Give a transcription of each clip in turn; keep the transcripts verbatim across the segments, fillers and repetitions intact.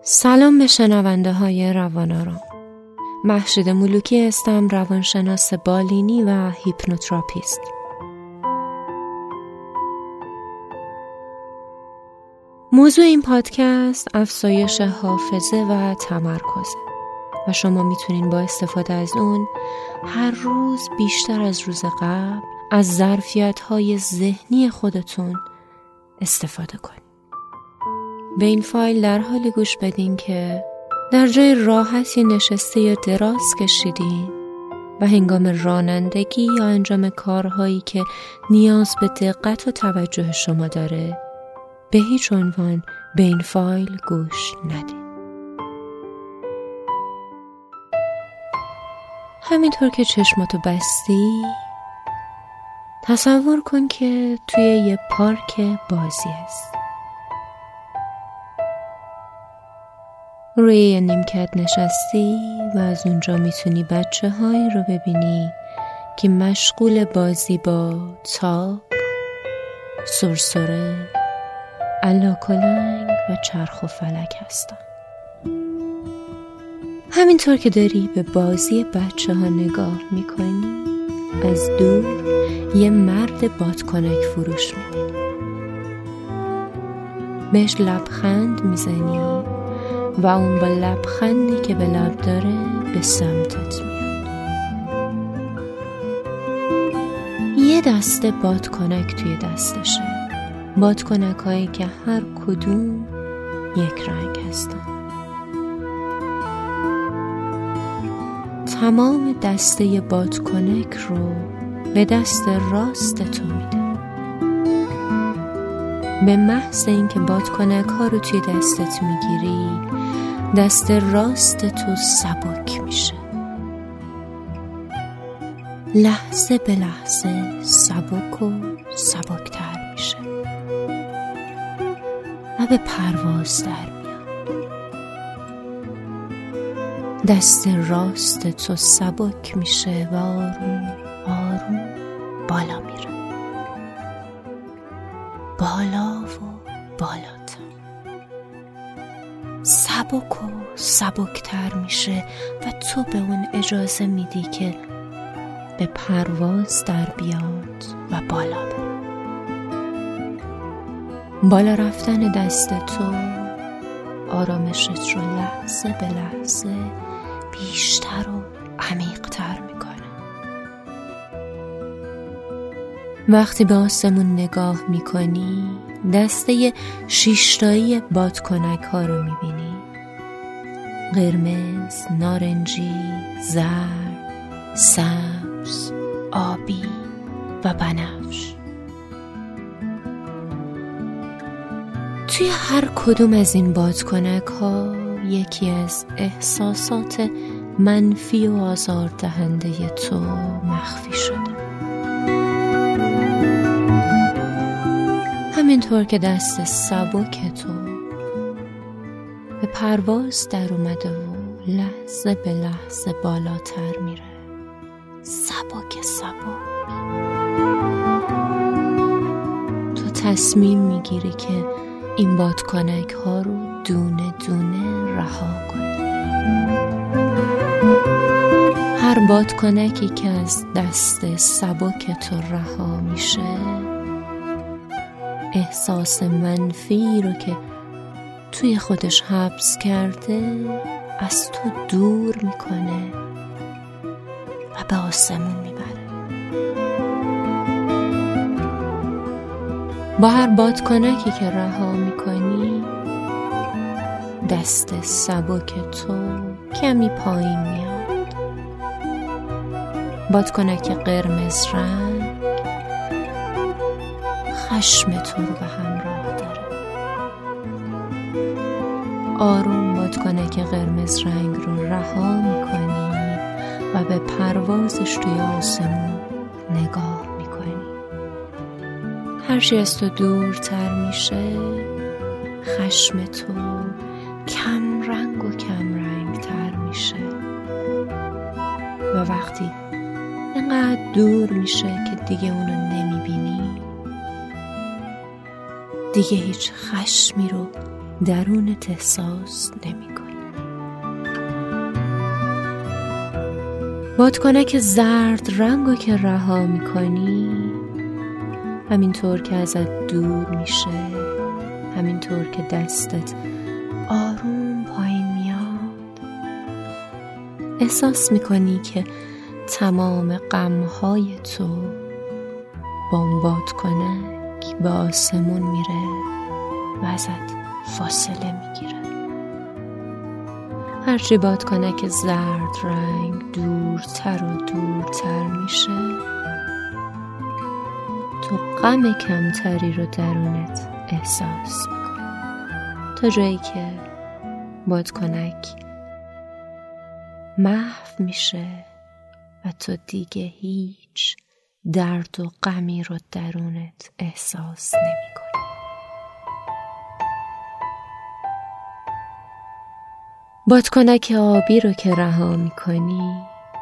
سلام به شنونده های روان‌آرام. مهشید ملوکی هستم، روانشناس بالینی و هیپنوتراپیست. موضوع این پادکست افزایش حافظه و تمرکزه و شما میتونین با استفاده از اون هر روز بیشتر از روز قبل از ظرفیت‌های ذهنی خودتون استفاده کنین. به این فایل در حال گوش بدین که در جای راحتی نشسته یا دراز کشیدین و هنگام رانندگی یا انجام کارهایی که نیاز به دقت و توجه شما داره به هیچ عنوان به این فایل گوش ندین. همینطور که چشماتو بستی تصور کن که توی یه پارک بازی هست. روی یه نیمکت نشستی و از اونجا میتونی بچه هایی رو ببینی که مشغول بازی با تاپ، سرسره، علاکلنگ و چرخ و فلک هستن. همینطور که داری به بازی بچه ها نگاه میکنی از دور یه مرد بادکنک فروش میبینی. بهش لبخند میزنی و اون با لبخندی که به لب داره به سمتت میاد. یه دسته بادکنک توی دستشه، بادکنک هایی که هر کدوم یک رنگ هستن. تمام دسته بادکنک رو به دست راست تو میده. به محض اینکه بادکنک ها رو توی دستت میگیری دست راست تو سبک میشه، لحظه به لحظه سبک و سبکتر میشه و به پرواز در میاد. دست راست تو سبک میشه و آروم آروم بالا میره، بالا و بالاتر، سبک و سبکتر میشه و تو به اون اجازه میدی که به پرواز در بیاد و بالا بره. بالا رفتن دست تو آرامشت رو لحظه به لحظه بیشتر و عمیق‌تر میکنه. وقتی به آسمون نگاه میکنی دسته شیشتایی بادکنک ها رو میبینی، قرمز، نارنجی، زرد، سبز، آبی و بنفش. توی هر کدوم از این بادکنک ها یکی از احساسات منفی و آزاردهنده تو مخفی شده. همینطور که دست سبک تو به پرواز در اومده و لحظه به لحظه بالاتر میره، سبک سبک، تو تصمیم میگیری که این بادکنک ها رو دونه دونه رها کنی. هر بادکنکی که از دست سبک تو رها میشه احساس منفی رو که توی خودش حبس کرده از تو دور میکنه و به آسمون میبره. با هر بادکنکی که رها میکنی دست سبک تو کمی پایین میاد. بادکنک قرمز رنگ خشم تو رو به همراه داره. آروم بادکنک قرمز رنگ رو رها میکنی و به پروازش توی آسمون نگاه میکنی. هرچی از تو دورتر میشه خشم تو کم رنگ و کم رنگ تر میشه و وقتی اینقدر دور میشه که دیگه اونو نمیبینی دیگه هیچ خشمی رو درونت احساس نمی کنی. بادکنک زرد رنگو که رها می کنی، همینطور که ازت دور میشه، همینطور که دستت آروم پایین میاد، احساس میکنی که تمام غمهای تو با اون بادکنک به آسمون میره و ازت فاصله میگیره. هرچی بادکنک زرد رنگ دورتر و دورتر میشه، تو غم کمتری رو درونت احساس میکنی، تا جایی که بادکنک محو میشه و تو دیگه هیچ درد و غمی رو درونت احساس نمیکنی. بادکنک آبی رو که رها میکنی،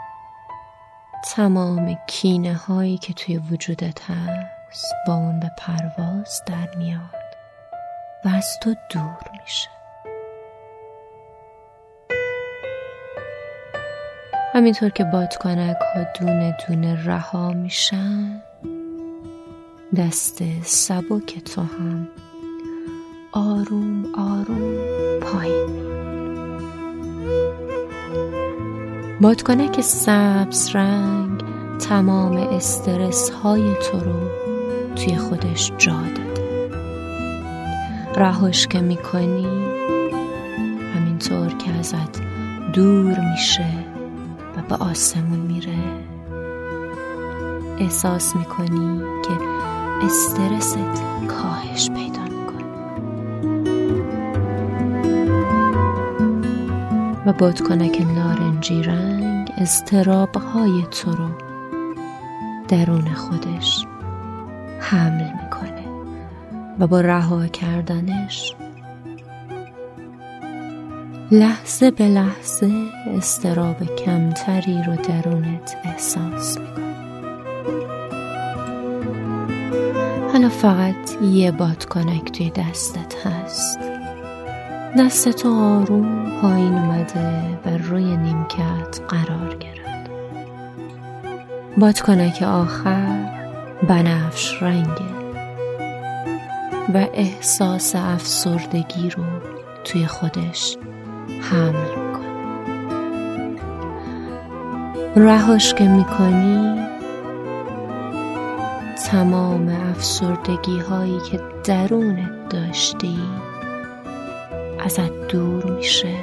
تمام کینه هایی که توی وجودت هست با اون به پرواز در میاد و از تو دور میشه. همینطور که بادکنک ها دونه دونه رها میشن، دست سبک تو هم آروم آروم پایین میاد. بادکنک سبز رنگ تمام استرس های تو رو توی خودش جا داده. رهاش که میکنی، همینطور که ازت دور میشه و به آسمون میره، احساس میکنی که استرست کاهش پیدا میکنه و بادکنک نارنجی رنگ اضطراب‌های تو رو درون خودش حمل میکنه و با رها کردنش لحظه به لحظه اضطراب کمتری رو درونت احساس میکنی. حالا فقط یه بادکنک توی دستت هست. دستتو آروم پایین اومده و روی نیمکت قرار گرفت. بادکنک آخر بنفش رنگه و احساس افسردگی رو توی خودش حمل میکنه. رهاش که میکنی، تمام افسردگی هایی که درونت داشتی ازت دور میشه،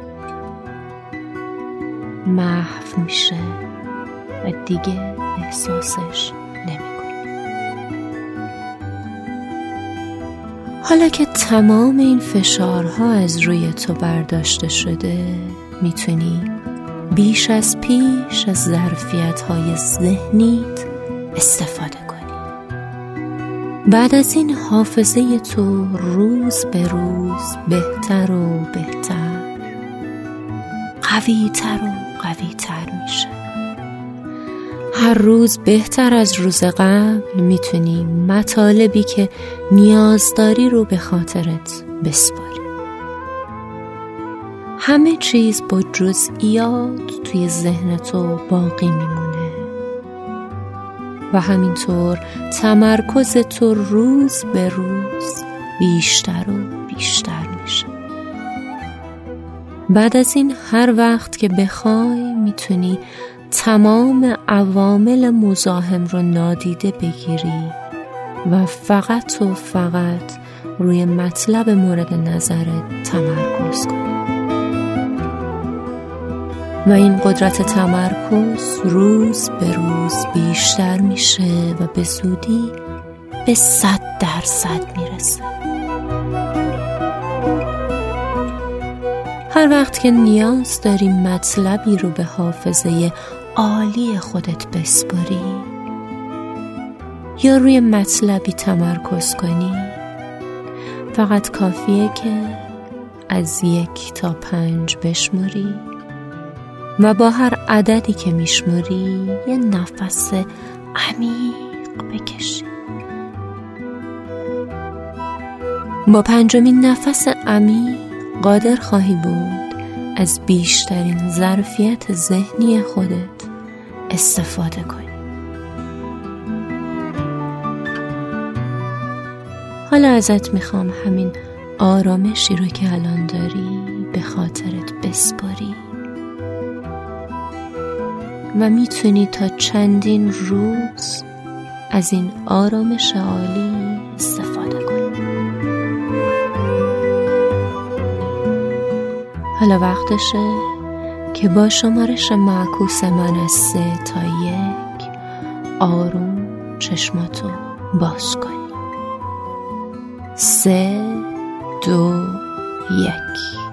محو میشه و دیگه احساسش نمیکنی. حالا که تمام این فشارها از روی تو برداشته شده، میتونی بیش از پیش از ظرفیت‌های ذهنیت استفاده کنی. بعد از این حافظه تو روز به روز بهتر و بهتر، قوی‌تر و قوی‌تر میشه. هر روز بهتر از روز قبل میتونی مطالبی که نیاز داری رو به خاطرت بسپاری. همه چیز با جزئیات توی ذهن تو باقی میمونه و همینطور تمرکز تو روز به روز بیشتر و بیشتر میشه. بعد از این هر وقت که بخوای میتونی تمام عوامل مزاحم رو نادیده بگیری و فقط و فقط روی مطلب مورد نظرت تمرکز کنی. و این قدرت تمرکز روز به روز بیشتر میشه و به زودی به صد درصد میرسه. هر وقت که نیاز داری مطلبی رو به حافظه عالی خودت بسپاری یا روی مطلبی تمرکز کنی، فقط کافیه که از یک تا پنج بشماری و با هر عددی که میشماری یه نفس عمیق بکشی با پنجمین نفس عمیق قادر خواهی بود از بیشترین ظرفیت ذهنی خودت استفاده کنی. حالا ازت میخوام همین آرامشی رو که الان داری به خاطرت بسپاری و میتونی تا چندین روز از این آرامش عالی استفاده کنی. حالا وقتشه که با شمارش معکوس من از سه تا یک آروم چشماتو باز کنی. سه دو یک.